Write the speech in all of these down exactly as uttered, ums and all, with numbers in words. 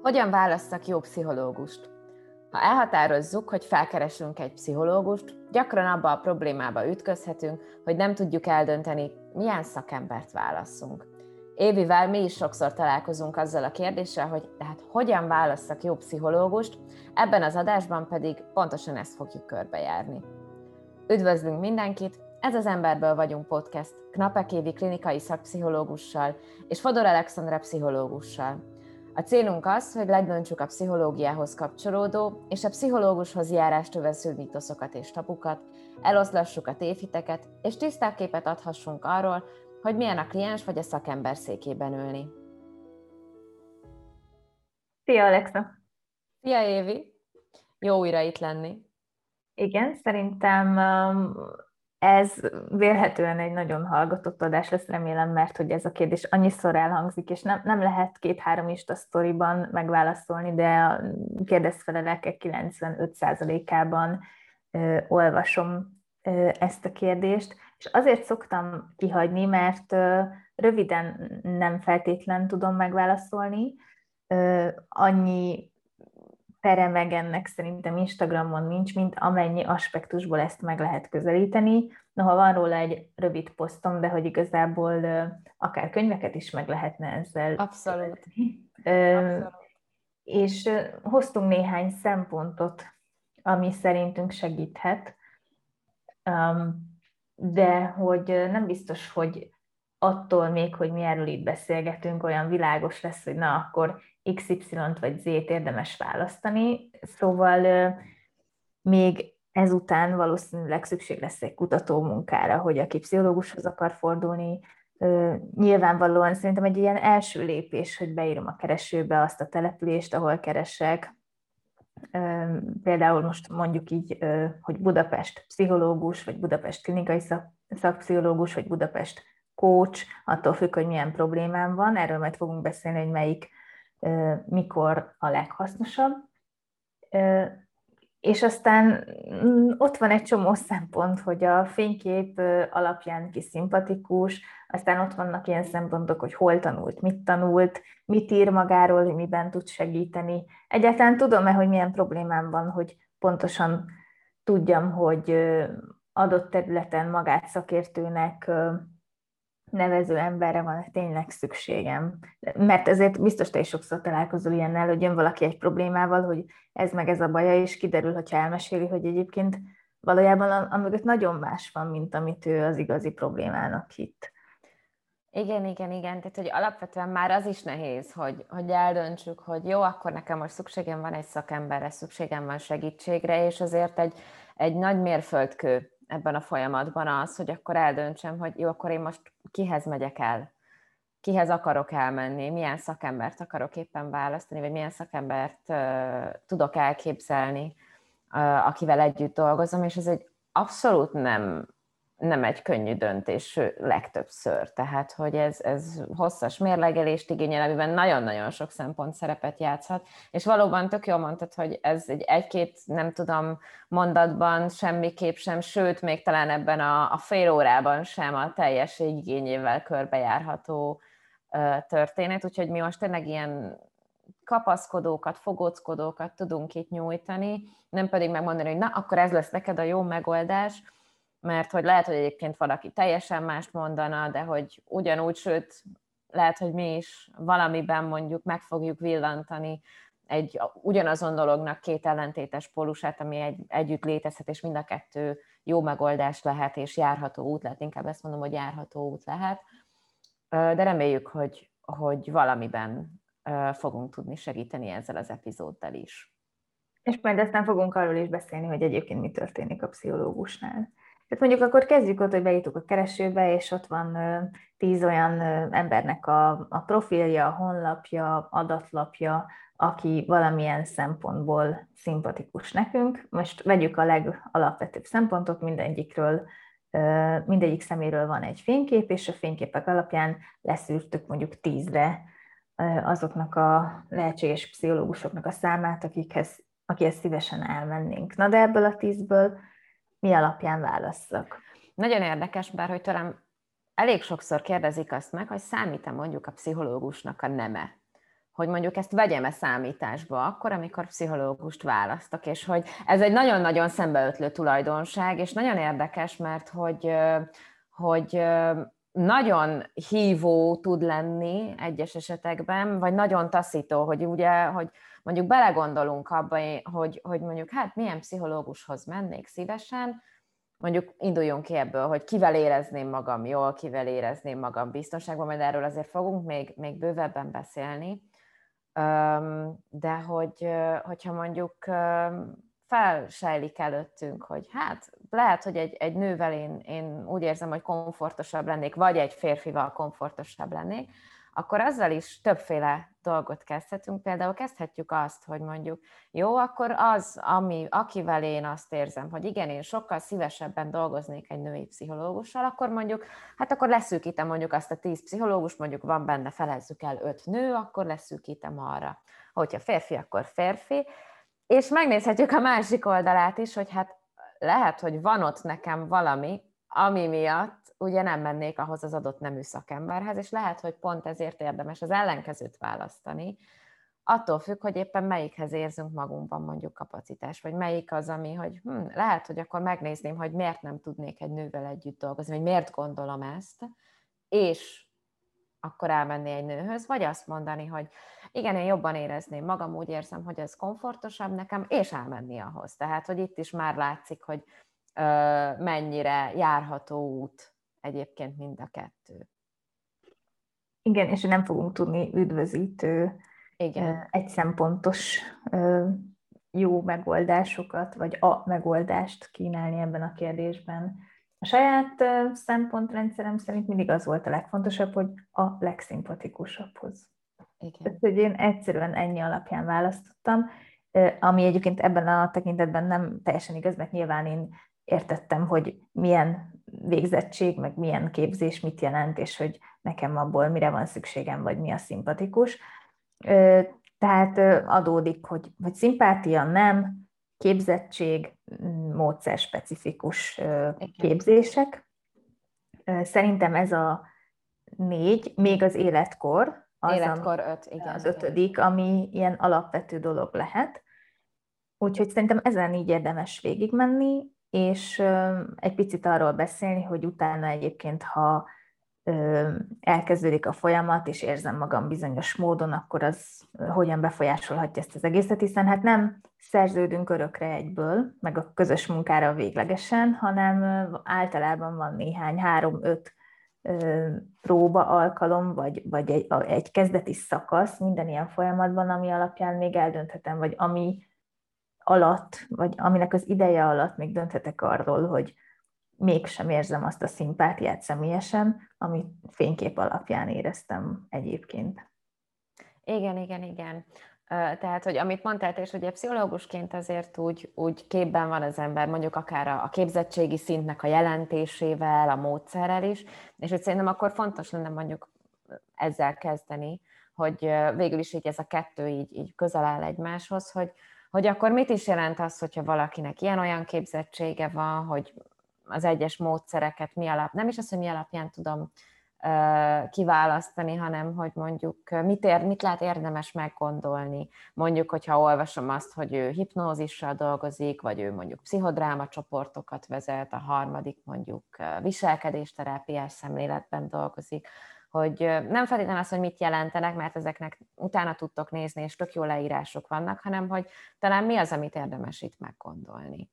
Hogyan válasszak jó pszichológust? Ha elhatározzuk, hogy felkeresünk egy pszichológust, gyakran abba a problémába ütközhetünk, hogy nem tudjuk eldönteni, milyen szakembert válasszunk. Évivel mi is sokszor találkozunk azzal a kérdéssel, hogy tehát hogyan válasszak jó pszichológust, ebben az adásban pedig pontosan ezt fogjuk körbejárni. Üdvözlünk mindenkit! Ez az Emberből vagyunk podcast Knapek Évi klinikai szakpszichológussal és Fodor Alexandra pszichológussal. A célunk az, hogy ledöntsük a pszichológiához kapcsolódó és a pszichológushoz járást övező mitoszokat és tabukat, eloszlassuk a tévhiteket, és tisztább képet adhassunk arról, hogy milyen a kliens vagy a szakember székében ülni. Szia, Alexa! Szia, Évi! Jó újra itt lenni. Igen, szerintem ez vélhetően egy nagyon hallgatott adás lesz, remélem, mert hogy ez a kérdés annyiszor elhangzik, és nem, nem lehet két-három Insta sztoriban megválaszolni, de a kérdezfelelekek kilencvenöt százalékában ö, olvasom ö, ezt a kérdést, és azért szoktam kihagyni, mert ö, röviden nem feltétlen tudom megválaszolni, ö, annyi tere meg ennek szerintem Instagramon nincs, mint amennyi aspektusból ezt meg lehet közelíteni. Noha van róla egy rövid posztom, de hogy igazából akár könyveket is meg lehetne ezzel. Abszolút. Abszolút. És hoztunk néhány szempontot, ami szerintünk segíthet, de hogy nem biztos, hogy attól még, hogy mi erről itt beszélgetünk, olyan világos lesz, hogy na, akkor iksz ipszilont vagy zét érdemes választani. Szóval még ezután valószínűleg szükség lesz egy kutatómunkára, hogy aki pszichológushoz akar fordulni, nyilvánvalóan szerintem egy ilyen első lépés, hogy beírom a keresőbe azt a települést, ahol keresek. Például most mondjuk így, hogy Budapest pszichológus, vagy Budapest klinikai szakpszichológus, vagy Budapest coach, attól függ, hogy milyen problémám van. Erről majd fogunk beszélni, hogy melyik mikor a leghasznosabb. És aztán ott van egy csomó szempont, hogy a fénykép alapján ki szimpatikus, aztán ott vannak ilyen szempontok, hogy hol tanult, mit tanult, mit ír magáról, hogy miben tud segíteni. Egyáltalán tudom-e, hogy milyen problémám van, hogy pontosan tudjam, hogy adott területen magát szakértőnek nevező emberre van tényleg szükségem. Mert ezért biztos te is sokszor találkozol ilyennel, hogy jön valaki egy problémával, hogy ez meg ez a baja, és kiderül, hogyha elmeséli, hogy egyébként valójában a, a mögött nagyon más van, mint amit ő az igazi problémának hitt. Igen, igen, igen. Tehát, hogy alapvetően már az is nehéz, hogy, hogy eldöntsük, hogy jó, akkor nekem most szükségem van egy szakemberre, szükségem van segítségre, és azért egy, egy nagy mérföldkő ebben a folyamatban az, hogy akkor eldöntsem, hogy jó, akkor én most kihez megyek el, kihez akarok elmenni, milyen szakembert akarok éppen választani, vagy milyen szakembert uh, tudok elképzelni, uh, akivel együtt dolgozom, és ez egy abszolút nem, nem egy könnyű döntés legtöbbször. Tehát, hogy ez, ez hosszas mérlegelést igényel, amiben nagyon-nagyon sok szempont szerepet játszhat, és valóban tök jól mondtad, hogy ez egy egy-két, nem tudom, mondatban semmiképp sem, sőt, még talán ebben a, a fél órában sem a teljesség igényével körbejárható uh, történet, úgyhogy mi most tényleg ilyen kapaszkodókat, fogóckodókat tudunk itt nyújtani, nem pedig megmondani, hogy na, akkor ez lesz neked a jó megoldás, mert hogy lehet, hogy egyébként valaki teljesen mást mondana, de hogy ugyanúgy, sőt, lehet, hogy mi is valamiben mondjuk meg fogjuk villantani egy ugyanazon dolognak két ellentétes pólusát, ami egy, együtt létezhet, és mind a kettő jó megoldás lehet, és járható út lehet, inkább ezt mondom, hogy járható út lehet, de reméljük, hogy, hogy valamiben fogunk tudni segíteni ezzel az epizóddal is. És majd aztán fogunk arról is beszélni, hogy egyébként mi történik a pszichológusnál. Tehát mondjuk akkor kezdjük ott, hogy beírtuk a keresőbe, és ott van tíz olyan embernek a, a profilja, a honlapja, adatlapja, aki valamilyen szempontból szimpatikus nekünk. Most vegyük a legalapvetőbb szempontot, mindegyikről, mindegyik szeméről van egy fénykép, és a fényképek alapján leszűrtük mondjuk tízre azoknak a lehetséges pszichológusoknak a számát, akikhez, akihez szívesen elmennénk. Na de ebből a tízből mi alapján válasszak? Nagyon érdekes, bár hogy talán elég sokszor kérdezik azt meg, hogy számít-e mondjuk a pszichológusnak a neme. hogy mondjuk ezt vegyem-e számításba akkor, amikor pszichológust választok, és hogy ez egy nagyon-nagyon szembeötlő tulajdonság, és nagyon érdekes, mert hogy, hogy nagyon hívó tud lenni egyes esetekben, vagy nagyon taszító, hogy ugye, hogy mondjuk belegondolunk abba, hogy, hogy mondjuk hát milyen pszichológushoz mennék szívesen, mondjuk induljunk ki ebből, hogy kivel érezném magam jól, kivel érezném magam biztonságban, majd erről azért fogunk még, még bővebben beszélni, de hogy, hogyha mondjuk felsejlik előttünk, hogy hát lehet, hogy egy, egy nővel én, én úgy érzem, hogy komfortosabb lennék, vagy egy férfival komfortosabb lennék, akkor azzal is többféle dolgot kezdhetünk. Például kezdhetjük azt, hogy mondjuk, jó, akkor az, ami, akivel én azt érzem, hogy igen, én sokkal szívesebben dolgoznék egy női pszichológussal, akkor mondjuk, hát akkor leszűkítem mondjuk azt a tíz pszichológus, mondjuk van benne, felezzük el öt nő, akkor leszűkítem arra. Hogyha férfi, akkor férfi. És megnézhetjük a másik oldalát is, hogy hát lehet, hogy van ott nekem valami, ami miatt ugye nem mennék ahhoz az adott nemű szakemberhez, és lehet, hogy pont ezért érdemes az ellenkezőt választani, attól függ, hogy éppen melyikhez érzünk magunkban mondjuk kapacitás, vagy melyik az, ami, hogy hm, lehet, hogy akkor megnézném, hogy miért nem tudnék egy nővel együtt dolgozni, vagy miért gondolom ezt, és akkor elmenni egy nőhöz, vagy azt mondani, hogy igen, én jobban érezném magam, úgy érzem, hogy ez komfortosabb nekem, és elmenni ahhoz. Tehát, hogy itt is már látszik, hogy ö, mennyire járható út egyébként mind a kettő. Igen, és nem fogunk tudni üdvözítő, Igen. egyszempontos jó megoldásokat, vagy a megoldást kínálni ebben a kérdésben. A saját szempontrendszerem szerint mindig az volt a legfontosabb, hogy a legszimpatikusabbhoz. Igen. Tehát, hogy én egyszerűen ennyi alapján választottam, ami egyébként ebben a tekintetben nem teljesen igaz, mert nyilván én értettem, hogy milyen végzettség, meg milyen képzés mit jelent, és hogy nekem abból mire van szükségem, vagy mi a szimpatikus. Tehát adódik, hogy, hogy szimpátia, nem, képzettség, módszerspecifikus képzések. Szerintem ez a négy, még az életkor, az, életkor öt, igen, az ötödik, ami ilyen alapvető dolog lehet. Úgyhogy szerintem ezen így érdemes végigmenni, és egy picit arról beszélni, hogy utána egyébként, ha elkezdődik a folyamat, és érzem magam bizonyos módon, akkor az hogyan befolyásolhatja ezt az egészet, hiszen hát nem szerződünk örökre egyből, meg a közös munkára véglegesen, hanem általában van néhány, három-öt próba alkalom, vagy, vagy egy, egy kezdeti szakasz minden ilyen folyamatban, ami alapján még eldönthetem, vagy ami alatt, vagy aminek az ideje alatt még dönthetek arról, hogy mégsem érzem azt a szimpátiát személyesen, amit fénykép alapján éreztem egyébként. Igen, igen, igen. Tehát, hogy amit mondtál, és ugye pszichológusként azért úgy, úgy képben van az ember, mondjuk akár a képzettségi szintnek a jelentésével, a módszerrel is, és hogy szerintem akkor fontos lenne mondjuk ezzel kezdeni, hogy végül is így ez a kettő így, így közel áll egymáshoz, hogy, hogy akkor mit is jelent az, hogyha valakinek ilyen-olyan képzettsége van, hogy az egyes módszereket mi alap, nem is az, hogy mi alapján tudom kiválasztani, hanem hogy mondjuk mit, ér, mit lehet érdemes meggondolni. Mondjuk, hogyha olvasom azt, hogy ő hipnózissal dolgozik, vagy ő mondjuk pszichodráma csoportokat vezet, a harmadik mondjuk viselkedésterápiás szemléletben dolgozik, hogy nem feltétlenül az, hogy mit jelentenek, mert ezeknek utána tudtok nézni, és tök jó leírások vannak, hanem hogy talán mi az, amit érdemes itt meggondolni.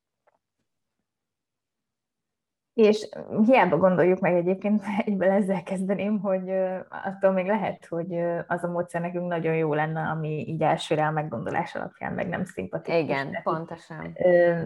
És hiába gondoljuk meg egyébként, egyből ezzel kezdeném, hogy attól még lehet, hogy az a módszer nekünk nagyon jó lenne, ami így elsőre a meggondolás alapján meg nem szimpatikus. Igen, tehát pontosan.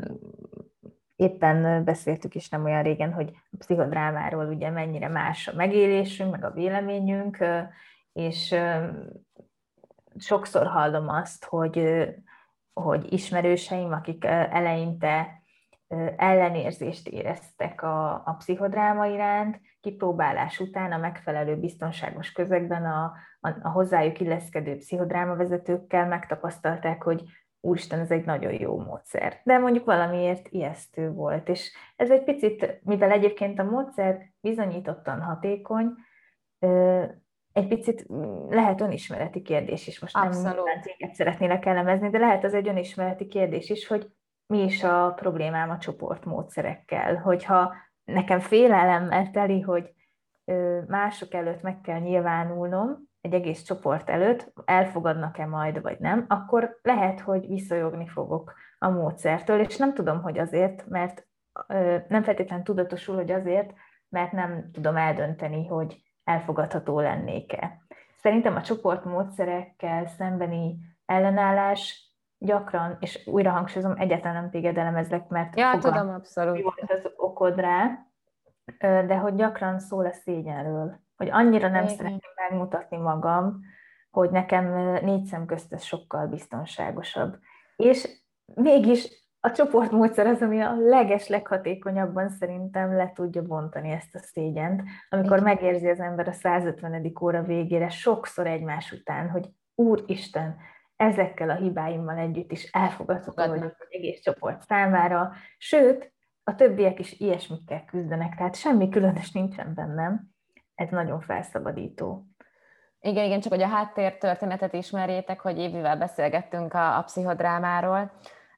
Éppen beszéltük is nem olyan régen, hogy a pszichodrámáról ugye mennyire más a megélésünk, meg a véleményünk, és sokszor hallom azt, hogy, hogy ismerőseim, akik eleinte ellenérzést éreztek a, a pszichodráma iránt, kipróbálás után a megfelelő biztonságos közegben a, a, a hozzájuk illeszkedő pszichodrámavezetőkkel megtapasztalták, hogy úristen, ez egy nagyon jó módszer. De mondjuk valamiért ijesztő volt. És ez egy picit, mivel egyébként a módszer bizonyítottan hatékony, egy picit lehet önismereti kérdés is. Most nem nyilván Abszolút. téged szeretnélek elemezni, de lehet az egy önismereti kérdés is, hogy mi is a problémám a csoportmódszerekkel. Hogyha nekem félelemmel teli, hogy mások előtt meg kell nyilvánulnom, egy egész csoport előtt, elfogadnak-e majd, vagy nem, akkor lehet, hogy visszajogni fogok a módszertől, és nem tudom, hogy azért, mert nem feltétlenül tudatosul, hogy azért, mert nem tudom eldönteni, hogy elfogadható lennék-e. Szerintem a csoportmódszerekkel szembeni ellenállás gyakran, és újra hangsúlyozom, egyáltalán nem téged elemezlek, mert Ja, fogalmam, tudom, mi abszolút. volt az okod rá, de hogy gyakran szól a szégyenről, hogy annyira nem Igen. szeretném megmutatni magam, hogy nekem négy szem közt ez sokkal biztonságosabb. És mégis a csoportmódszer az, ami a leges, leghatékonyabban szerintem le tudja bontani ezt a szégyent, amikor Igen. megérzi az ember a százötvenedik óra végére sokszor egymás után, hogy Úristen, ezekkel a hibáimmal együtt is elfogadható vagyok Fogadnak. az egész csoport számára, sőt, a többiek is ilyesmikkel küzdenek, tehát semmi különös nincsen bennem. Ez nagyon felszabadító. Igen, igen, csak hogy a háttértörténetet ismerjétek, hogy Évivel beszélgettünk a, a pszichodrámáról,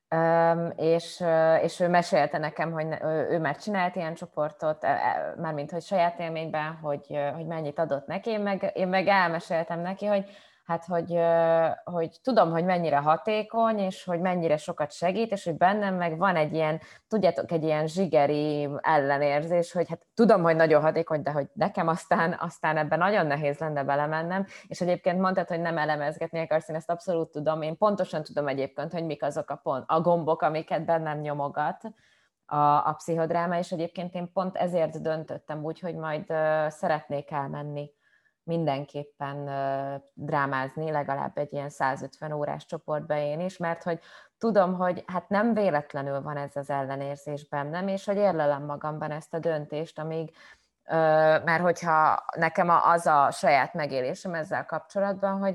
és, és ő mesélte nekem, hogy ő, ő már csinált ilyen csoportot, mármint hogy saját élményben, hogy, hogy mennyit adott neki, én meg, én meg elmeséltem neki, hogy hát, hogy, hogy tudom, hogy mennyire hatékony, és hogy mennyire sokat segít, és hogy bennem meg van egy ilyen, tudjátok, egy ilyen zsigeri ellenérzés, hogy hát tudom, hogy nagyon hatékony, de hogy nekem aztán, aztán ebben nagyon nehéz lenne belemennem, és egyébként mondtad, hogy nem elemezgetni akarsz, én ezt abszolút tudom, én pontosan tudom egyébként, hogy mik azok a, pont, a gombok, amiket bennem nyomogat a, a pszichodráma, és egyébként én pont ezért döntöttem úgy, hogy majd uh, szeretnék elmenni mindenképpen drámázni, legalább egy ilyen százötven órás csoportba én is, mert hogy tudom, hogy hát nem véletlenül van ez az ellenérzés bennem, és hogy érlelem magamban ezt a döntést, amíg, mert hogyha nekem az a saját megélésem ezzel kapcsolatban, hogy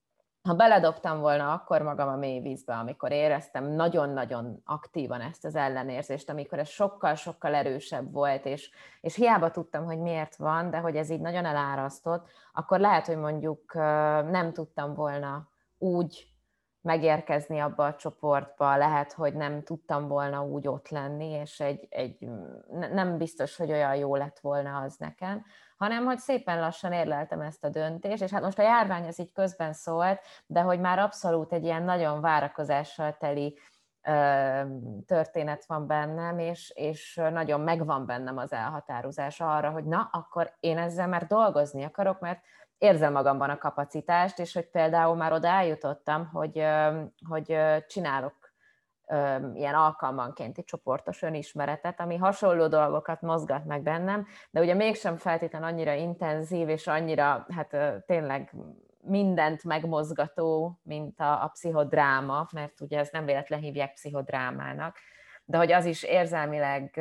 ha beledobtam volna akkor magam a mély vízbe, amikor éreztem nagyon-nagyon aktívan ezt az ellenérzést, amikor ez sokkal-sokkal erősebb volt, és, és hiába tudtam, hogy miért van, de hogy ez így nagyon elárasztott, akkor lehet, hogy mondjuk nem tudtam volna úgy megérkezni abba a csoportba, lehet, hogy nem tudtam volna úgy ott lenni, és egy, egy, nem biztos, hogy olyan jó lett volna az nekem, hanem hogy szépen lassan érleltem ezt a döntést, és hát most a járvány az így közben szólt, de hogy már abszolút egy ilyen nagyon várakozással teli ö, történet van bennem, és, és nagyon megvan bennem az elhatározás arra, hogy na, akkor én ezzel már dolgozni akarok, mert érzem magamban a kapacitást, és hogy például már oda eljutottam, hogy, hogy csinálok ilyen alkalmankénti csoportos önismeretet, ami hasonló dolgokat mozgat meg bennem, de ugye mégsem feltétlenül annyira intenzív, és annyira hát tényleg mindent megmozgató, mint a, a pszichodráma, mert ugye ez nem véletlen hívják pszichodrámának, de hogy az is érzelmileg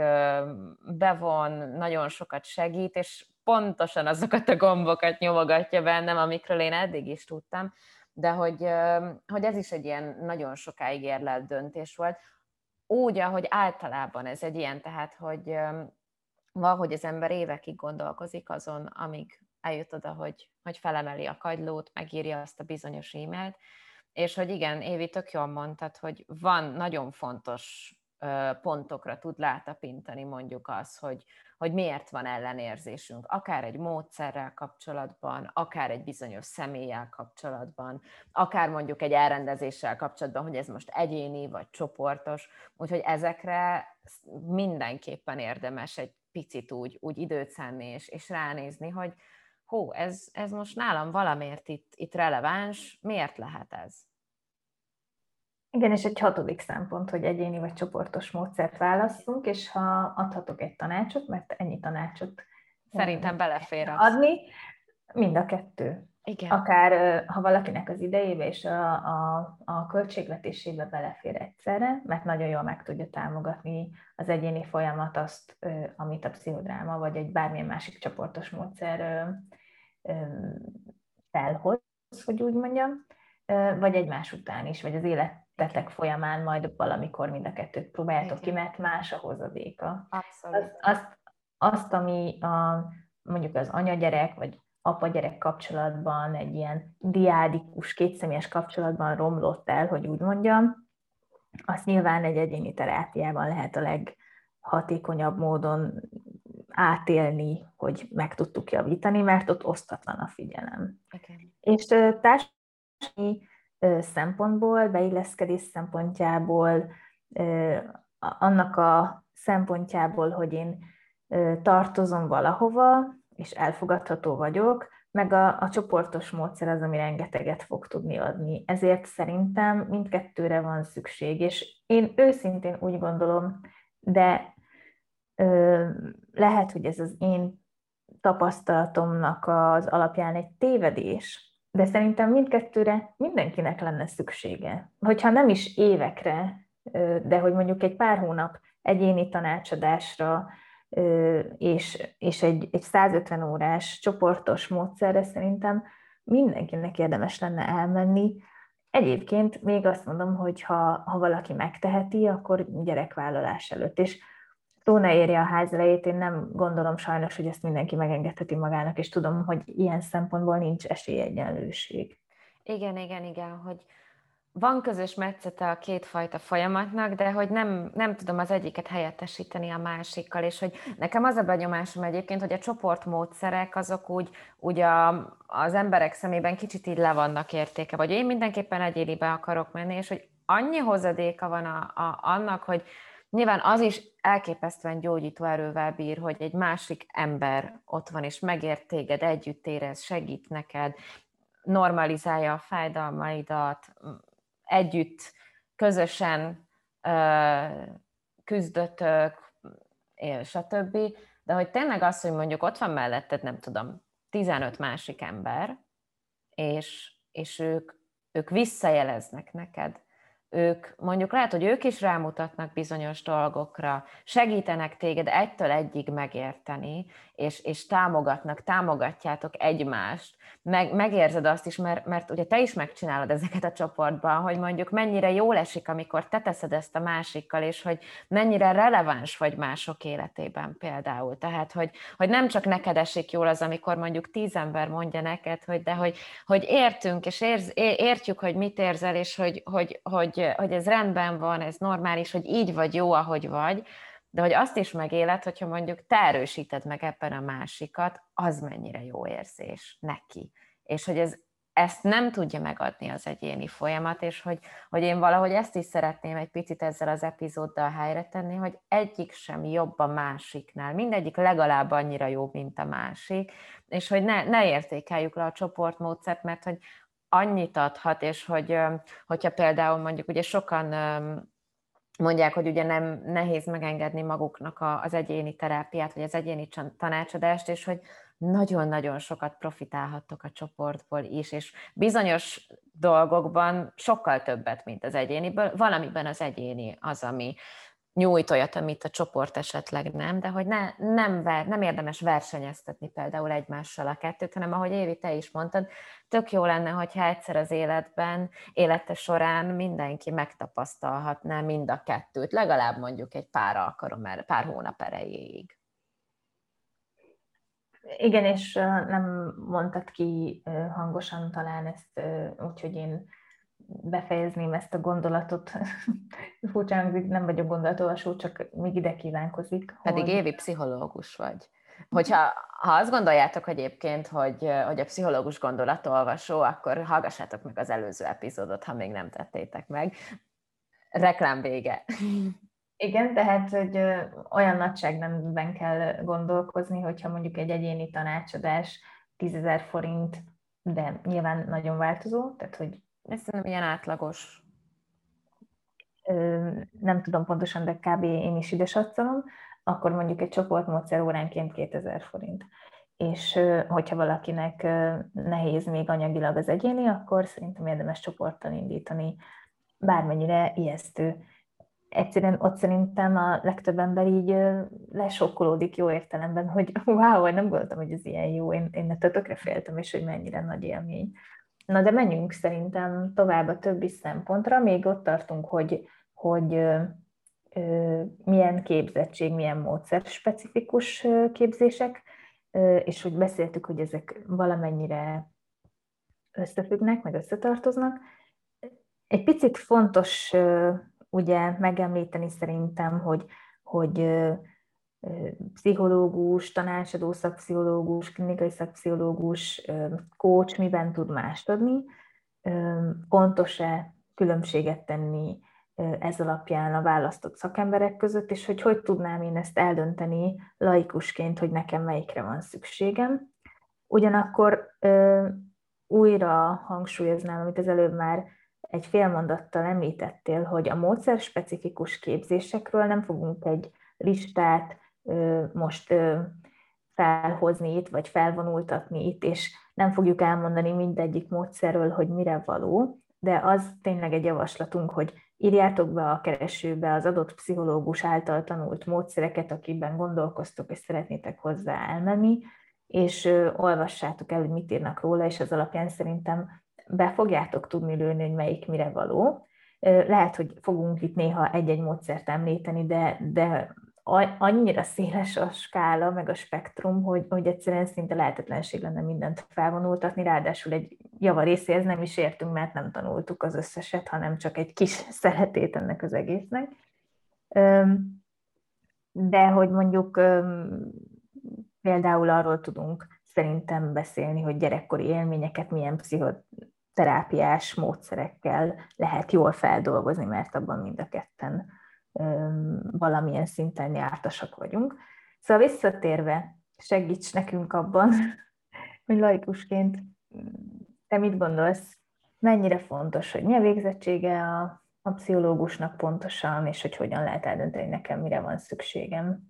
bevon, nagyon sokat segít, és pontosan azokat a gombokat nyomogatja bennem, amikről én eddig is tudtam, de hogy, hogy ez is egy ilyen nagyon sokáig érlelt döntés volt. Úgy, ahogy általában ez egy ilyen, tehát, hogy valahogy az ember évekig gondolkozik azon, amíg eljut oda, hogy, hogy felemeli a kagylót, megírja azt a bizonyos e-mailt, és hogy igen, Évi, tök jól mondtad, hogy van nagyon fontos pontokra tud rátapintani mondjuk az, hogy, hogy miért van ellenérzésünk, akár egy módszerrel kapcsolatban, akár egy bizonyos személlyel kapcsolatban, akár mondjuk egy elrendezéssel kapcsolatban, hogy ez most egyéni vagy csoportos, úgyhogy ezekre mindenképpen érdemes egy picit úgy, úgy időt szánni és, és ránézni, hogy hó, ez, ez most nálam valamiért itt, itt releváns, miért lehet ez? Igen, és egy hatodik szempont, hogy egyéni vagy csoportos módszert válasszunk, és ha adhatok egy tanácsot, mert ennyi tanácsot Szerintem belefér az. adni, mind a kettő. Igen. Akár ha valakinek az idejébe és a, a, a költségvetésébe belefér egyszerre, mert nagyon jól meg tudja támogatni az egyéni folyamat azt, amit a pszichodráma vagy egy bármilyen másik csoportos módszer felhoz, hogy úgy mondjam, vagy egymás után is, vagy az életetek folyamán majd valamikor mind a kettőt próbáljátok ki, mert más a hozadéka. Abszolút. Azt, azt, azt ami a, mondjuk az anyagyerek, vagy apa-gyerek kapcsolatban, egy ilyen diádikus, kétszemélyes kapcsolatban romlott el, hogy úgy mondjam, azt nyilván egy egyéni terápiában lehet a leghatékonyabb módon átélni, hogy meg tudtuk javítani, mert ott osztatlan a figyelem. Okay. És társadalmi szempontból, beilleszkedés szempontjából, annak a szempontjából, hogy én tartozom valahova, és elfogadható vagyok, meg a, a csoportos módszer az, ami rengeteget fog tudni adni. Ezért szerintem mindkettőre van szükség, és én őszintén úgy gondolom, de ö, lehet, hogy ez az én tapasztalatomnak az alapján egy tévedés, de szerintem mindkettőre mindenkinek lenne szüksége. Hogyha nem is évekre, de hogy mondjuk egy pár hónap egyéni tanácsadásra és, és egy, egy százötven órás csoportos módszerre szerintem mindenkinek érdemes lenne elmenni. Egyébként még azt mondom, hogy ha, ha valaki megteheti, akkor gyerekvállalás előtt. És szó ne érje a ház elejét, én nem gondolom sajnos, hogy ezt mindenki megengedheti magának, és tudom, hogy ilyen szempontból nincs esélyegyenlőség. Igen, igen, igen, hogy van közös metszete a kétfajta folyamatnak, de hogy nem, nem tudom az egyiket helyettesíteni a másikkal, és hogy nekem az a benyomásom egyébként, hogy a csoportmódszerek azok úgy, úgy a, az emberek szemében kicsit így le vannak értéke, vagy én mindenképpen egyénibe akarok menni, és hogy annyi hozadéka van a, a, annak, hogy nyilván az is elképesztően gyógyító erővel bír, hogy egy másik ember ott van, és megért téged, együtt érez, segít neked, normalizálja a fájdalmaidat, együtt, közösen küzdötök, stb. De hogy tényleg az, hogy mondjuk ott van melletted, nem tudom, tizenöt másik ember, és, és ők, ők visszajeleznek neked. Ők, mondjuk lehet, hogy ők is rámutatnak bizonyos dolgokra, segítenek téged egytől egyig megérteni, és, és támogatnak, támogatjátok egymást. Meg, megérzed azt is, mert, mert ugye te is megcsinálod ezeket a csoportban, hogy mondjuk mennyire jól esik, amikor te teszed ezt a másikkal, és hogy mennyire releváns vagy mások életében például. Tehát, hogy, hogy nem csak neked esik jól az, amikor mondjuk tíz ember mondja neked, hogy de hogy, hogy értünk, és érz, értjük, hogy mit érzel, és hogy, hogy, hogy hogy ez rendben van, ez normális, hogy így vagy jó, ahogy vagy, de hogy azt is megéled, hogyha mondjuk te erősíted meg ebben a másikat, az mennyire jó érzés neki. És hogy ez, ezt nem tudja megadni az egyéni folyamat, és hogy, hogy én valahogy ezt is szeretném egy picit ezzel az epizóddal helyre tenni, hogy egyik sem jobb a másiknál, mindegyik legalább annyira jó, mint a másik, és hogy ne, ne értékeljük le a csoportmódszert, mert hogy annyit adhat, és hogy, hogyha például mondjuk ugye sokan mondják, hogy ugye nem nehéz megengedni maguknak az egyéni terápiát, vagy az egyéni tanácsadást, és hogy nagyon-nagyon sokat profitálhattok a csoportból is, és bizonyos dolgokban sokkal többet, mint az egyéniből. Valamiben az egyéni az, ami nyújt olyat, amit a csoport esetleg nem, de hogy ne, nem, ver, nem érdemes versenyeztetni például egymással a kettőt, hanem ahogy Évi, te is mondtad, tök jó lenne, hogyha egyszer az életben, élete során mindenki megtapasztalhatná mind a kettőt, legalább mondjuk egy pár alkalom, pár hónap erejéig. Igen, és nem mondtad ki hangosan talán ezt, úgyhogy én befejezném ezt a gondolatot. Furcsán hangzik, nem vagyok gondolatolvasó, csak még ide kívánkozik. Pedig hogy... Évi pszichológus vagy. Hogyha ha azt gondoljátok egyébként, hogy, hogy a pszichológus gondolatolvasó, akkor hallgassátok meg az előző epizódot, ha még nem tettétek meg. Reklám vége. Igen, tehát hogy olyan nagyságrendben kell gondolkozni, hogyha mondjuk egy egyéni tanácsadás tízezer forint, de nyilván nagyon változó, tehát hogy Ez nem ilyen átlagos. Nem tudom pontosan, de kb. Én is ide satszolom, akkor mondjuk egy csoportmódszer óránként kétezer forint. És hogyha valakinek nehéz még anyagilag az egyéni, akkor szerintem érdemes csoporttal indítani, bármennyire ijesztő. Egyszerűen ott szerintem a legtöbb ember így lesokkolódik jó értelemben, hogy wow, nem gondoltam, hogy ez ilyen jó, én, én tökre féltem, és hogy mennyire nagy élmény. Na de menjünk szerintem tovább a többi szempontra, még ott tartunk, hogy, hogy ö, ö, milyen képzettség, milyen módszer specifikus képzések és hogy beszéltük, hogy ezek valamennyire összefüggnek, meg összetartoznak. Egy picit fontos ugye megemlíteni szerintem, hogy, hogy pszichológus, tanácsadó szakpszichológus, klinikai szakpszichológus, coach miben tud mást adni. Fontos-e különbséget tenni ez alapján a választott szakemberek között, és hogy hogy tudnám én ezt eldönteni laikusként, hogy nekem melyikre van szükségem. Ugyanakkor újra hangsúlyoznám, amit az előbb már egy fél mondattal említettél, hogy a módszerspecifikus képzésekről nem fogunk egy listát most felhozni itt, vagy felvonultatni itt, és nem fogjuk elmondani mindegyik módszerről, hogy mire való, de az tényleg egy javaslatunk, hogy írjátok be a keresőbe az adott pszichológus által tanult módszereket, akiben gondolkoztok, és szeretnétek hozzá elmenni, és olvassátok el, hogy mit írnak róla, és az alapján szerintem be fogjátok tudni lőni, hogy melyik mire való. Lehet, hogy fogunk itt néha egy-egy módszert említeni, de, de annyira széles a skála, meg a spektrum, hogy, hogy egyszerűen szinte lehetetlenség lenne mindent felvonultatni, ráadásul egy java részéhez nem is értünk, mert nem tanultuk az összeset, hanem csak egy kis szeletét ennek az egésznek. De hogy mondjuk például arról tudunk szerintem beszélni, hogy gyerekkori élményeket milyen pszichoterápiás módszerekkel lehet jól feldolgozni, mert abban mind a ketten valamilyen szinten jártasak vagyunk. Szóval visszatérve, segíts nekünk abban, hogy laikusként te mit gondolsz, mennyire fontos, hogy mi a végzettsége a, a pszichológusnak pontosan, és hogy hogyan lehet eldönteni nekem, mire van szükségem.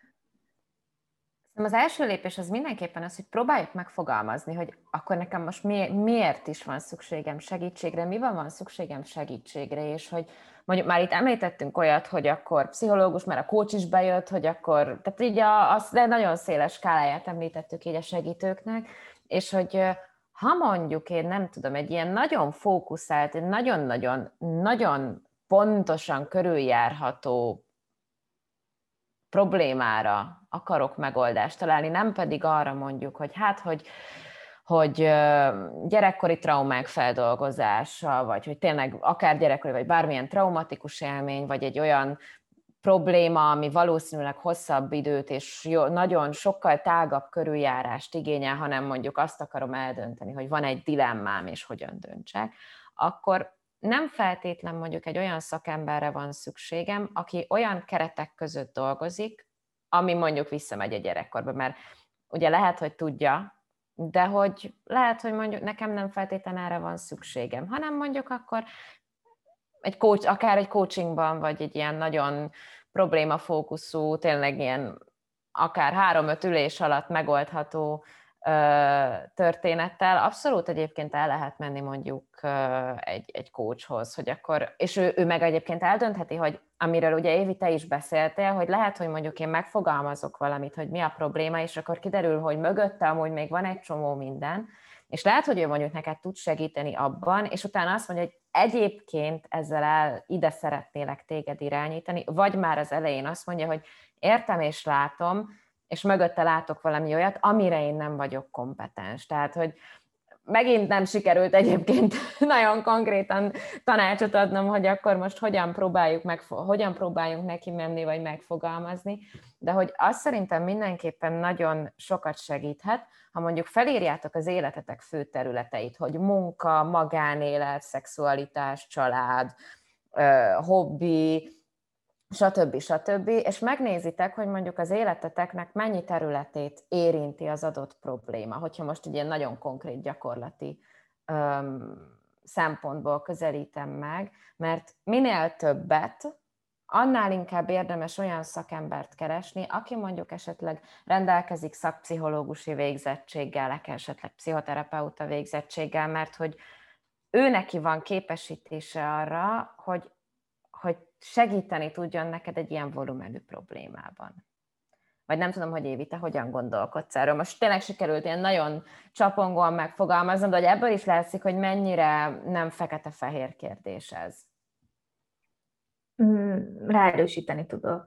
Az első lépés az mindenképpen az, hogy próbáljuk megfogalmazni, hogy akkor nekem most mi, miért is van szükségem segítségre, miben van szükségem segítségre, és hogy mondjuk már itt említettünk olyat, hogy akkor pszichológus, mert a coach is bejött, hogy akkor, tehát így a, az, de nagyon széles skáláját említettük így a segítőknek, és hogy ha mondjuk én nem tudom, egy ilyen nagyon fókuszált, egy nagyon-nagyon, nagyon pontosan körüljárható problémára akarok megoldást találni, nem pedig arra mondjuk, hogy hát, hogy, hogy gyerekkori traumák feldolgozása, vagy hogy tényleg akár gyerekkori, vagy bármilyen traumatikus élmény, vagy egy olyan probléma, ami valószínűleg hosszabb időt és jó, nagyon sokkal tágabb körüljárást igényel, hanem mondjuk azt akarom eldönteni, hogy van egy dilemmám, és hogyan döntsek, akkor nem feltétlen mondjuk egy olyan szakemberre van szükségem, aki olyan keretek között dolgozik, ami mondjuk visszamegy a gyerekkorba, mert ugye lehet, hogy tudja, de hogy lehet, hogy mondjuk nekem nem feltétlen erre van szükségem, hanem mondjuk akkor egy coach, akár egy coachingban, vagy egy ilyen nagyon problémafókuszú, tényleg ilyen akár három-öt ülés alatt megoldható történettel, abszolút egyébként el lehet menni mondjuk egy, egy coachhoz, hogy akkor, és ő, ő meg egyébként eldöntheti, hogy amiről ugye Évi, te is beszéltél, hogy lehet, hogy mondjuk én megfogalmazok valamit, hogy mi a probléma, és akkor kiderül, hogy mögötte amúgy még van egy csomó minden, és lehet, hogy ő mondjuk neked tud segíteni abban, és utána azt mondja, hogy egyébként ezzel el, ide szeretnélek téged irányítani, vagy már az elején azt mondja, hogy értem és látom, és mögötte látok valami olyat, amire én nem vagyok kompetens. Tehát, hogy megint nem sikerült egyébként nagyon konkrétan tanácsot adnom, hogy akkor most hogyan próbáljuk meg, hogyan próbáljunk neki menni, vagy megfogalmazni, de hogy azt szerintem mindenképpen nagyon sokat segíthet, ha mondjuk felírjátok az életetek fő területeit, hogy munka, magánélet, szexualitás, család, hobbi, stb. stb. És megnézitek, hogy mondjuk az életeteknek mennyi területét érinti az adott probléma, hogyha most egy ilyen nagyon konkrét gyakorlati öm, szempontból közelítem meg, mert minél többet, annál inkább érdemes olyan szakembert keresni, aki mondjuk esetleg rendelkezik szakpszichológusi végzettséggel, esetleg pszichoterapeuta végzettséggel, mert hogy ő neki van képesítése arra, hogy hogy segíteni tudjon neked egy ilyen volumenű problémában. Vagy nem tudom, hogy Évi, te hogyan gondolkodsz erről. Most tényleg sikerült ilyen nagyon csapongóan megfogalmaznom, de hogy ebből is látszik, hogy mennyire nem fekete-fehér kérdés ez. Ráerősíteni tudok.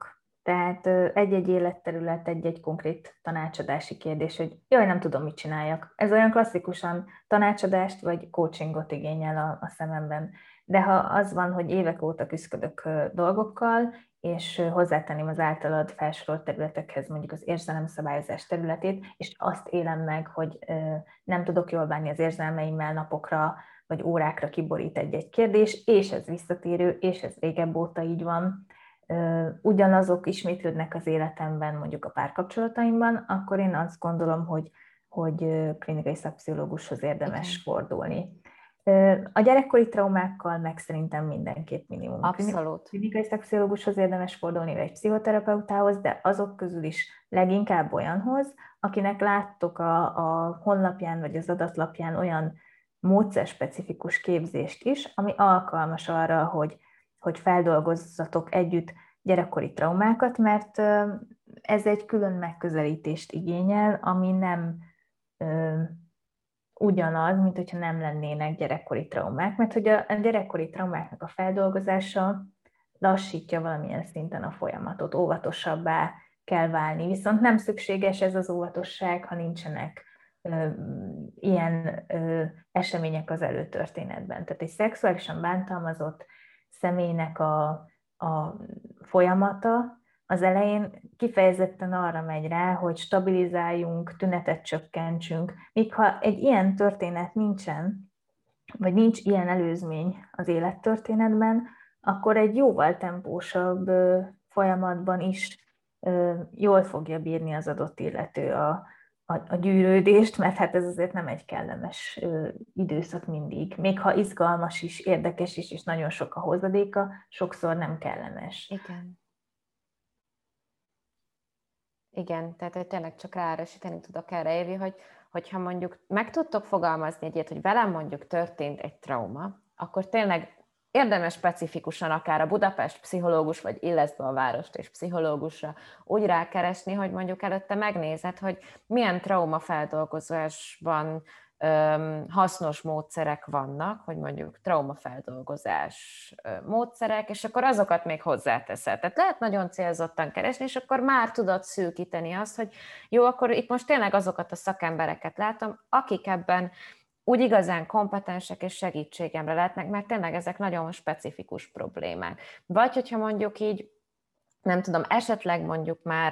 Tehát egy-egy életterület, egy-egy konkrét tanácsadási kérdés, hogy jaj, nem tudom, mit csináljak. Ez olyan klasszikusan tanácsadást vagy coachingot igényel a, a szememben. De ha az van, hogy évek óta küzdök dolgokkal, és hozzátenném az általad felsorolt területekhez mondjuk az érzelemszabályozás területét, és azt élem meg, hogy nem tudok jól bánni az érzelmeimmel napokra, vagy órákra kiborít egy-egy kérdés, és ez visszatérő, és ez régebb óta így van, ugyanazok ismétlődnek az életemben, mondjuk a párkapcsolataimban, akkor én azt gondolom, hogy, hogy klinikai szakpszichológushoz érdemes Igen. fordulni. A gyerekkori traumákkal meg szerintem mindenképp minimum. Abszolút. Klinikai szakpszichológushoz érdemes fordulni, vagy egy pszichoterapeutához, de azok közül is leginkább olyanhoz, akinek láttok a, a honlapján vagy az adatlapján olyan módszerspecifikus képzést is, ami alkalmas arra, hogy hogy feldolgozzatok együtt gyerekkori traumákat, mert ez egy külön megközelítést igényel, ami nem ö, ugyanaz, mint hogyha nem lennének gyerekkori traumák, mert hogy a gyerekkori traumáknak a feldolgozása lassítja valamilyen szinten a folyamatot, óvatosabbá kell válni, viszont nem szükséges ez az óvatosság, ha nincsenek ö, ilyen ö, események az előtörténetben. Tehát egy szexuálisan bántalmazott személynek a, a folyamata az elején kifejezetten arra megy rá, hogy stabilizáljunk, tünetet csökkentsünk, míg ha egy ilyen történet nincsen, vagy nincs ilyen előzmény az élettörténetben, akkor egy jóval tempósabb folyamatban is jól fogja bírni az adott illető a, a, a gyűrődést, mert hát ez azért nem egy kellemes ö, időszak mindig. Még ha izgalmas is, érdekes is, és nagyon sok a hozadéka, sokszor nem kellemes. Igen. Igen, tehát hogy tényleg csak ráerősíteni tudok erre, Évi, hogy hogyha mondjuk meg tudtok fogalmazni egy ilyet, hogy velem mondjuk történt egy trauma, akkor tényleg érdemes specifikusan akár a Budapest pszichológus, vagy illesztve a várost és pszichológusra úgy rákeresni, hogy mondjuk előtte megnézed, hogy milyen traumafeldolgozásban öm, hasznos módszerek vannak, hogy mondjuk traumafeldolgozás módszerek, és akkor azokat még hozzáteszed. Tehát lehet nagyon célzottan keresni, és akkor már tudod szűkíteni azt, hogy jó, akkor itt most tényleg azokat a szakembereket látom, akik ebben úgy igazán kompetensek és segítségemre lehetnek, mert tényleg ezek nagyon specifikus problémák. Vagy hogyha mondjuk így, nem tudom, esetleg mondjuk már,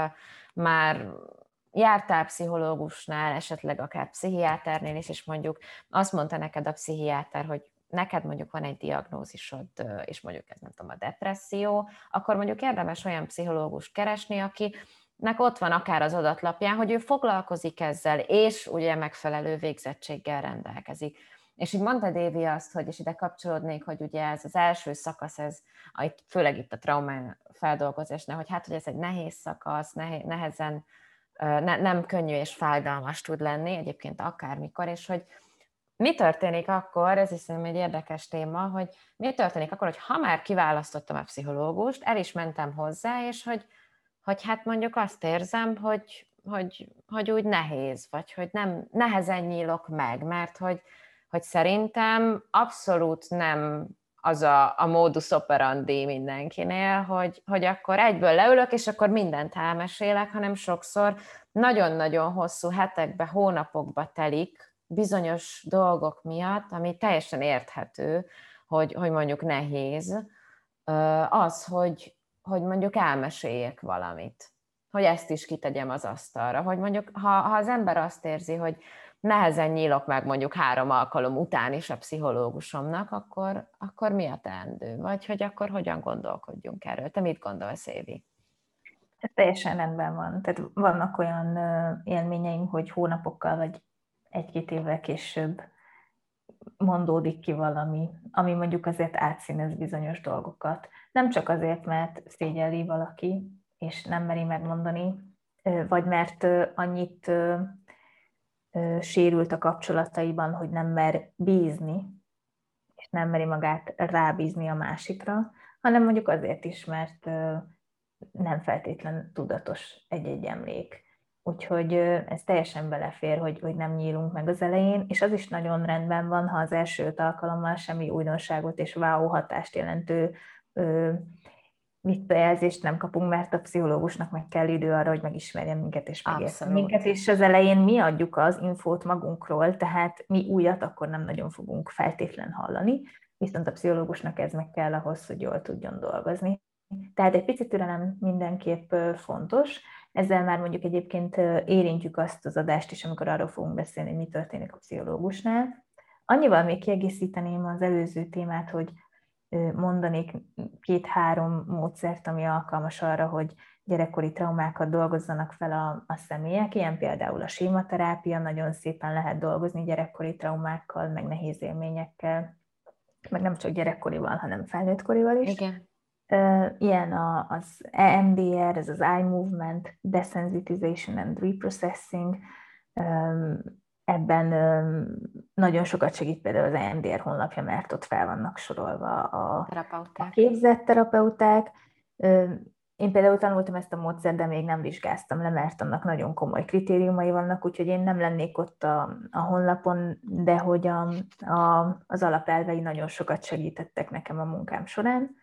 már jártál pszichológusnál, esetleg akár pszichiáternél is, és mondjuk azt mondta neked a pszichiáter, hogy neked mondjuk van egy diagnózisod, és mondjuk ez nem tudom, a depresszió, akkor mondjuk érdemes olyan pszichológust keresni, aki nek ott van akár az adatlapján, hogy ő foglalkozik ezzel, és ugye megfelelő végzettséggel rendelkezik. És így mondta Dévi azt, hogy, és ide kapcsolódnék, hogy ugye ez az első szakasz, ez, főleg itt a trauma feldolgozásnál, hogy hát, hogy ez egy nehéz szakasz, nehezen, ne, nem könnyű és fájdalmas tud lenni, egyébként akármikor, és hogy mi történik akkor, ez is szerintem egy érdekes téma, hogy mi történik akkor, hogy ha már kiválasztottam a pszichológust, el is mentem hozzá, és hogy hogy hát mondjuk azt érzem, hogy, hogy, hogy úgy nehéz, vagy hogy nem, nehezen nyílok meg, mert hogy, hogy szerintem abszolút nem az a, a modus operandi mindenkinél, hogy, hogy akkor egyből leülök, és akkor mindent elmesélek, hanem sokszor nagyon-nagyon hosszú hetekbe, hónapokba telik bizonyos dolgok miatt, ami teljesen érthető, hogy, hogy mondjuk nehéz, az, hogy, hogy mondjuk elmeséljek valamit, hogy ezt is kitegyem az asztalra, hogy mondjuk, ha, ha az ember azt érzi, hogy nehezen nyílok meg mondjuk három alkalom után is a pszichológusomnak, akkor, akkor mi a teendő? Vagy hogy akkor hogyan gondolkodjunk erről? Te mit gondolsz, Évi? Ez teljesen rendben van. Tehát vannak olyan élményeim, hogy hónapokkal vagy egy-két évvel később mondódik ki valami, ami mondjuk azért átszínez bizonyos dolgokat. Nem csak azért, mert szégyelli valaki, és nem meri megmondani, vagy mert annyit sérült a kapcsolataiban, hogy nem mer bízni, és nem meri magát rábízni a másikra, hanem mondjuk azért is, mert nem feltétlen tudatos egy-egy emlék. Úgyhogy ez teljesen belefér, hogy, hogy nem nyílunk meg az elején, és az is nagyon rendben van, ha az első öt alkalommal semmi újdonságot és wow hatást jelentő ö, visszajelzést nem kapunk, mert a pszichológusnak meg kell idő arra, hogy megismerjen minket és megértsen minket, Abszolút. és az elején mi adjuk az infót magunkról, tehát mi újat akkor nem nagyon fogunk feltétlen hallani, viszont a pszichológusnak ez meg kell ahhoz, hogy jól tudjon dolgozni. Tehát egy picit türelem mindenképp fontos, ezzel már mondjuk egyébként érintjük azt az adást is, amikor arról fogunk beszélni, hogy mi történik a pszichológusnál. Annyival még kiegészíteném az előző témát, hogy mondanék két-három módszert, ami alkalmas arra, hogy gyerekkori traumákat dolgozzanak fel a, a személyek. Ilyen például a sématerápia, nagyon szépen lehet dolgozni gyerekkori traumákkal, meg nehéz élményekkel, meg nem csak gyerekkorival, hanem felnőttkorival is. Igen. Ilyen az E M D R, ez az Eye Movement, Desensitization and Reprocessing, ebben nagyon sokat segít például az E M D R honlapja, mert ott fel vannak sorolva a, a képzett terapeuták. Én például tanultam ezt a módszert, de még nem vizsgáztam le, mert annak nagyon komoly kritériumai vannak, úgyhogy én nem lennék ott a, a honlapon, de hogy a, a, az alapelvei nagyon sokat segítettek nekem a munkám során.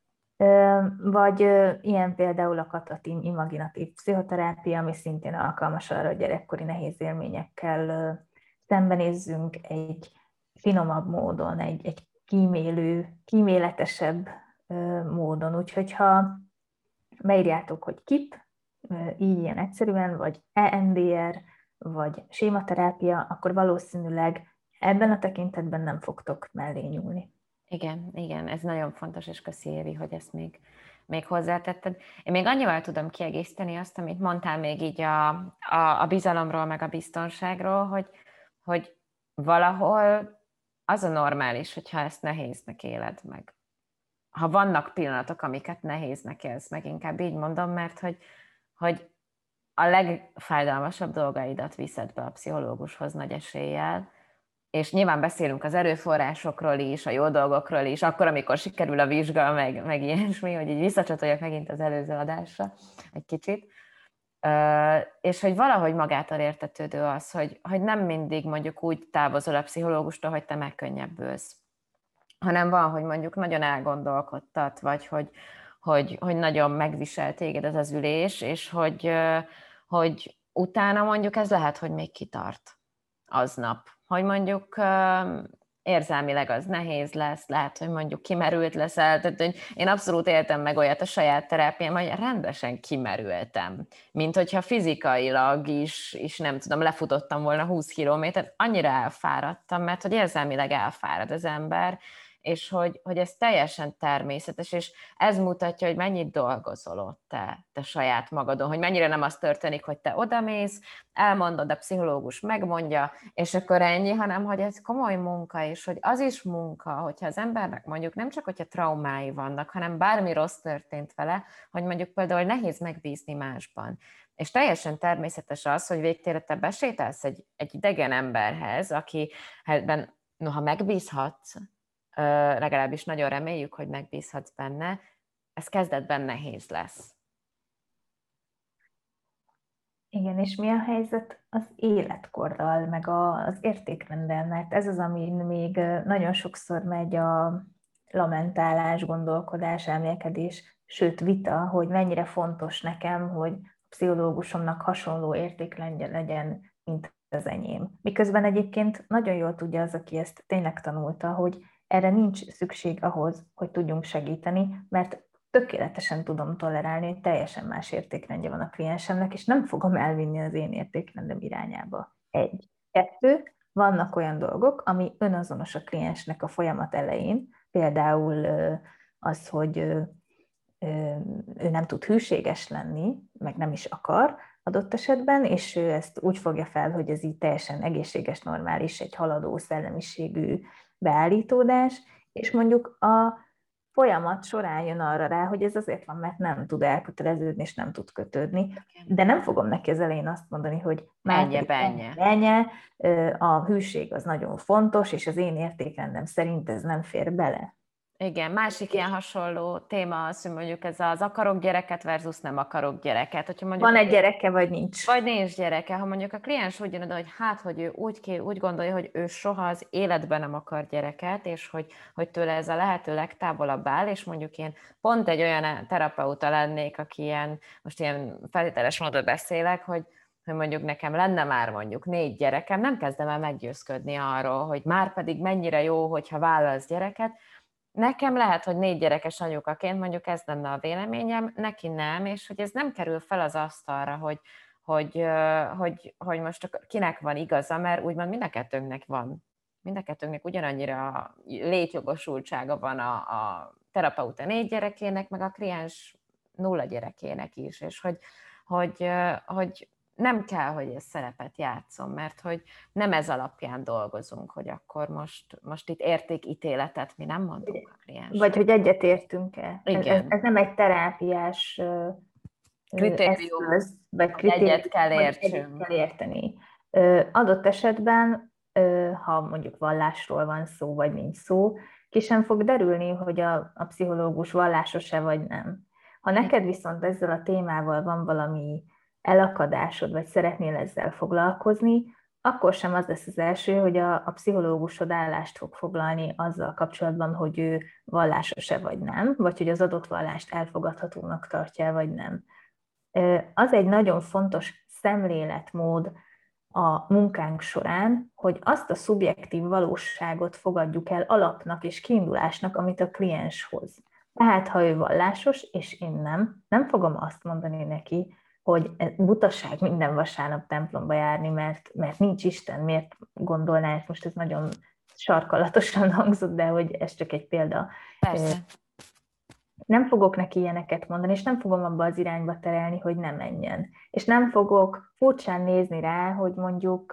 Vagy ilyen például a katatin imaginatív pszichoterápia, ami szintén alkalmas arra, hogy gyerekkori nehéz élményekkel szembenézzünk egy finomabb módon, egy, egy kímélő, kíméletesebb módon. Úgyhogy ha beírjátok, hogy kip, így ilyen egyszerűen, vagy E M D R, vagy sématerápia, akkor valószínűleg ebben a tekintetben nem fogtok mellé nyúlni. Igen, igen, ez nagyon fontos, és köszi, Évi, hogy ezt még, még hozzátetted. Én még annyival tudom kiegészíteni azt, amit mondtál még így a, a, a bizalomról, meg a biztonságról, hogy, hogy valahol az a normális, hogyha ezt nehéznek éled meg. Ha vannak pillanatok, amiket nehéznek élsz meg, inkább így mondom, mert hogy, hogy a legfájdalmasabb dolgaidat viszed be a pszichológushoz nagy eséllyel, és nyilván beszélünk az erőforrásokról is, a jó dolgokról is, akkor, amikor sikerül a vizsga, meg, meg ilyesmi, hogy így visszacsatoljak megint az előző adásra egy kicsit. És hogy valahogy magától értetődő az, hogy, hogy nem mindig mondjuk úgy távozol a pszichológustól, hogy te megkönnyebbülsz, hanem van, hogy mondjuk nagyon elgondolkodtat, vagy hogy, hogy, hogy nagyon megvisel téged ez az ülés, és hogy, hogy utána mondjuk ez lehet, hogy még kitart aznap. Hogy mondjuk érzelmileg az nehéz lesz, lehet, hogy mondjuk kimerült leszel, tehát hogy én abszolút éltem meg olyat a saját terápiám, hogy rendesen kimerültem, mint hogyha fizikailag is, is nem tudom, lefutottam volna húsz kilométert, annyira elfáradtam, mert hogy érzelmileg elfárad az ember, és hogy, hogy ez teljesen természetes, és ez mutatja, hogy mennyit dolgozol ott te, te saját magadon, hogy mennyire nem az történik, hogy te odamész, elmondod, a pszichológus megmondja, és akkor ennyi, hanem hogy ez komoly munka, és hogy az is munka, hogyha az embernek mondjuk nem csak, hogyha traumái vannak, hanem bármi rossz történt vele, hogy mondjuk például nehéz megbízni másban. És teljesen természetes az, hogy végtére te besétálsz egy, egy idegen emberhez, akiben noha megbízhatsz, legalábbis nagyon reméljük, hogy megbízhatsz benne, ez kezdetben nehéz lesz. Igen, és mi a helyzet az életkorral, meg a, az értékrenddel, mert ez az, ami még nagyon sokszor megy a lamentálás, gondolkodás, elmélkedés, sőt vita, hogy mennyire fontos nekem, hogy a pszichológusomnak hasonló értékrendje legyen, mint az enyém. Miközben egyébként nagyon jól tudja az, aki ezt tényleg tanulta, hogy erre nincs szükség ahhoz, hogy tudjunk segíteni, mert tökéletesen tudom tolerálni, hogy teljesen más értékrendje van a kliensemnek, és nem fogom elvinni az én értékrendem irányába. Egy. Kettő, vannak olyan dolgok, ami önazonos a kliensnek a folyamat elején, például az, hogy ő nem tud hűséges lenni, meg nem is akar adott esetben, és ő ezt úgy fogja fel, hogy ez így teljesen egészséges, normális, egy haladó szellemiségű beállítódás, és mondjuk a folyamat során jön arra rá, hogy ez azért van, mert nem tud elköteleződni, és nem tud kötődni. De nem fogom neki az elején azt mondani, hogy Ennyi, ennyi. ennyi, a hűség az nagyon fontos, és az én értékrendem szerint ez nem fér bele. Igen, másik ilyen hasonló téma az, hogy mondjuk ez az akarok gyereket versus nem akarok gyereket. Hogyha mondjuk Van egy gyereke, vagy nincs. vagy nincs gyereke, ha mondjuk a kliens úgy jön oda, hogy hát, hogy ő úgy, ké, úgy gondolja, hogy ő soha az életben nem akar gyereket, és hogy, hogy tőle ez a lehető legtávolabb áll, és mondjuk én pont egy olyan terapeuta lennék, aki ilyen, most ilyen feltételes módon beszélek, hogy, hogy mondjuk nekem lenne már mondjuk négy gyerekem, nem kezdem el meggyőzködni arról, hogy már pedig mennyire jó, hogyha vállalsz gyereket. Nekem lehet, hogy négy gyerekes anyukaként mondjuk ez lenne a véleményem, neki nem, és hogy ez nem kerül fel az asztalra, hogy, hogy, hogy, hogy most kinek van igaza, mert úgymond mind a kettőnknek van. Mind a kettőnknek ugyanannyira létjogosultsága van a, a terapeuta négy gyerekének, meg a kliens nulla gyerekének is, és hogy, hogy, hogy nem kell, hogy ez szerepet játszom, mert hogy nem ez alapján dolgozunk, hogy akkor most, most itt értékítéletet mi nem mondunk a kliensnek. Vagy hogy egyetértünk-e. Ez, ez, Igen. ez nem egy terápiás Kritérium, eszköz, vagy hogy egyet kritérium, kell hogy egyet értsünk. kell érteni. Adott esetben, ha mondjuk vallásról van szó, vagy nincs szó, ki sem fog derülni, hogy a, a pszichológus vallásos-e, vagy nem. Ha neked viszont ezzel a témával van valami elakadásod, vagy szeretnél ezzel foglalkozni, akkor sem az lesz az első, hogy a, a pszichológusod állást fog foglalni azzal kapcsolatban, hogy ő vallásos-e vagy nem, vagy hogy az adott vallást elfogadhatónak tartja, vagy nem. Az egy nagyon fontos szemléletmód a munkánk során, hogy azt a szubjektív valóságot fogadjuk el alapnak és kiindulásnak, amit a kliens hoz. Tehát, ha ő vallásos, és én nem, nem fogom azt mondani neki, hogy butaság minden vasárnap templomba járni, mert, mert nincs Isten, miért gondolná, ezt most ez nagyon sarkalatosan hangzott, de hogy ez csak egy példa. Persze. Nem fogok neki ilyeneket mondani, és nem fogom abba az irányba terelni, hogy ne menjen. És nem fogok furcsán nézni rá, hogy mondjuk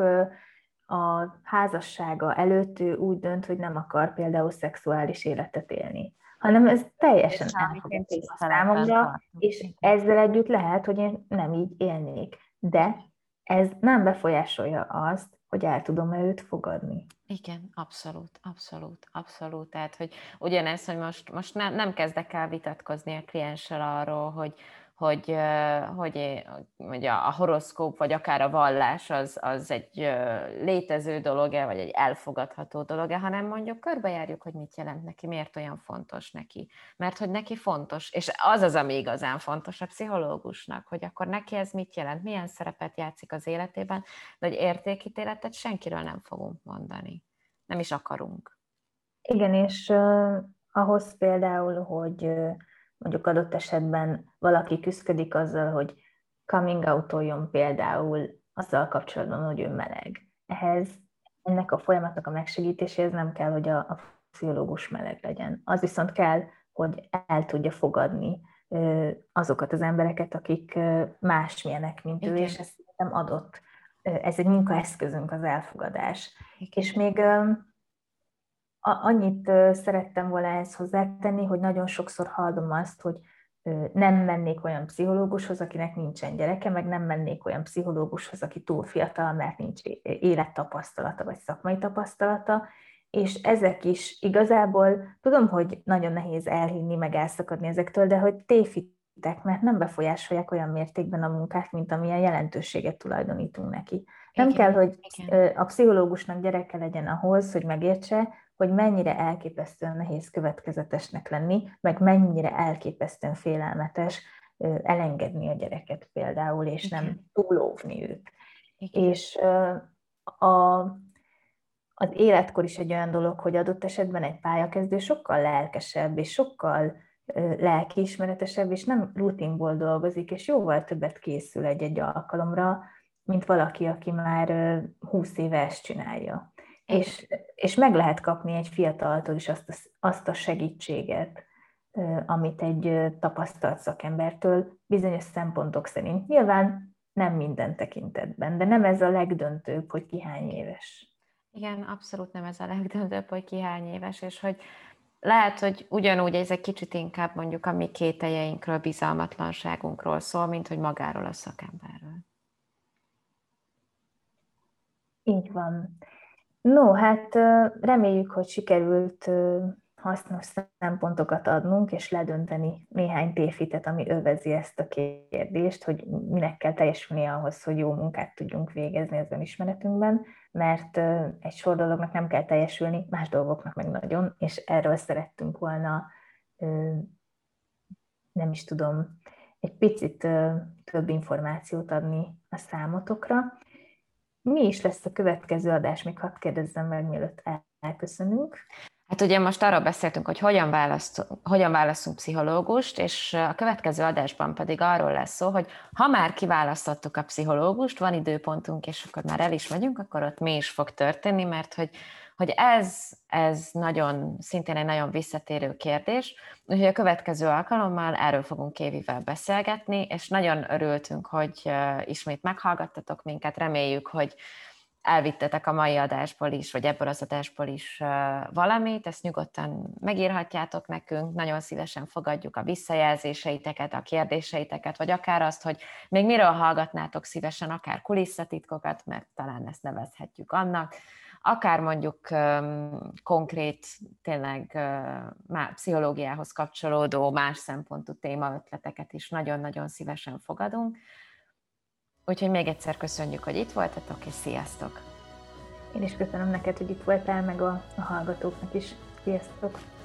a házassága előtt ő úgy dönt, hogy nem akar például szexuális életet élni. Hanem ez teljesen elfogadható számomra, és ezzel együtt lehet, hogy én nem így élnék. De ez nem befolyásolja azt, hogy el tudom-e őt fogadni. Igen, abszolút, abszolút, abszolút. Tehát, hogy ugyanez, hogy most, most nem, nem kezdek el vitatkozni a klienssel arról, hogy, hogy, hogy, hogy a horoszkóp, vagy akár a vallás az, az egy létező dolog-e, vagy egy elfogadható dolog-e, hanem mondjuk körbejárjuk, hogy mit jelent neki, miért olyan fontos neki. Mert hogy neki fontos, és az az, ami igazán fontos a pszichológusnak, hogy akkor neki ez mit jelent, milyen szerepet játszik az életében, de hogy értékítéletet senkiről nem fogunk mondani. Nem is akarunk. Igen, és uh, ahhoz például, hogy uh, mondjuk adott esetben valaki küszködik azzal, hogy coming out-oljon például azzal kapcsolatban, hogy ő meleg. Ehhez ennek a folyamatnak a megsegítéséhez nem kell, hogy a, a pszichológus meleg legyen. Az viszont kell, hogy el tudja fogadni uh, azokat az embereket, akik uh, másmilyenek, mint Igen. ő, és ez szerintem adott. Uh, ez egy munkaeszközünk, az elfogadás. Igen. És még... Uh, Annyit szerettem volna ezt hozzátenni, hogy nagyon sokszor hallom azt, hogy nem mennék olyan pszichológushoz, akinek nincsen gyereke, meg nem mennék olyan pszichológushoz, aki túl fiatal, mert nincs élettapasztalata vagy szakmai tapasztalata, és ezek is igazából, tudom, hogy nagyon nehéz elhinni, meg elszakadni ezektől, de hogy tévhitek, mert nem befolyásolják olyan mértékben a munkát, mint amilyen jelentőséget tulajdonítunk neki. Nem igen, kell, hogy igen. a pszichológusnak gyereke legyen ahhoz, hogy megértse, hogy mennyire elképesztően nehéz következetesnek lenni, meg mennyire elképesztően félelmetes elengedni a gyereket például, és Igen. nem túlóvni őt. Igen. És a, az életkor is egy olyan dolog, hogy adott esetben egy pályakezdő sokkal lelkesebb, és sokkal lelkiismeretesebb, és nem rutinból dolgozik, és jóval többet készül egy-egy alkalomra, mint valaki, aki már húsz éve ezt csinálja. És, és meg lehet kapni egy fiataltól is azt a, azt a segítséget, amit egy tapasztalt szakembertől bizonyos szempontok szerint. Nyilván nem minden tekintetben, de nem ez a legdöntőbb, hogy ki hány éves. Igen, abszolút nem ez a legdöntőbb, hogy ki hány éves, és hogy lehet, hogy ugyanúgy ez egy kicsit inkább mondjuk a mi kételjeinkről, bizalmatlanságunkról szól, mint hogy magáról a szakemberről. Így van. No, hát reméljük, hogy sikerült hasznos szempontokat adnunk, és ledönteni néhány tévhitet, ami övezi ezt a kérdést, hogy minek kell teljesülnie ahhoz, hogy jó munkát tudjunk végezni az önismeretünkben, mert egy sor dolognak nem kell teljesülni, más dolgoknak meg nagyon, és erről szerettünk volna, nem is tudom, egy picit több információt adni a számotokra. Mi is lesz a következő adás, még hadd kérdezzem meg, mielőtt elköszönünk. Hát ugye most arról beszéltünk, hogy hogyan választunk, hogyan választunk pszichológust, és a következő adásban pedig arról lesz szó, hogy ha már kiválasztottuk a pszichológust, van időpontunk, és akkor már el is megyünk, akkor ott mi is fog történni, mert hogy, hogy ez, ez nagyon, szintén egy nagyon visszatérő kérdés, úgyhogy a következő alkalommal erről fogunk Kévivel beszélgetni, és nagyon örültünk, hogy ismét meghallgattatok minket, reméljük, hogy elvittetek a mai adásból is, vagy ebből az adásból is valamit, ezt nyugodtan megírhatjátok nekünk, nagyon szívesen fogadjuk a visszajelzéseiteket, a kérdéseiteket, vagy akár azt, hogy még miről hallgatnátok szívesen, akár kulisszatitkokat, mert talán ezt nevezhetjük annak, akár mondjuk um, konkrét, tényleg uh, pszichológiához kapcsolódó, más szempontú témaötleteket is nagyon-nagyon szívesen fogadunk. Úgyhogy még egyszer köszönjük, hogy itt voltatok, és sziasztok! Én is köszönöm neked, hogy itt voltál, meg a, a hallgatóknak is. Sziasztok!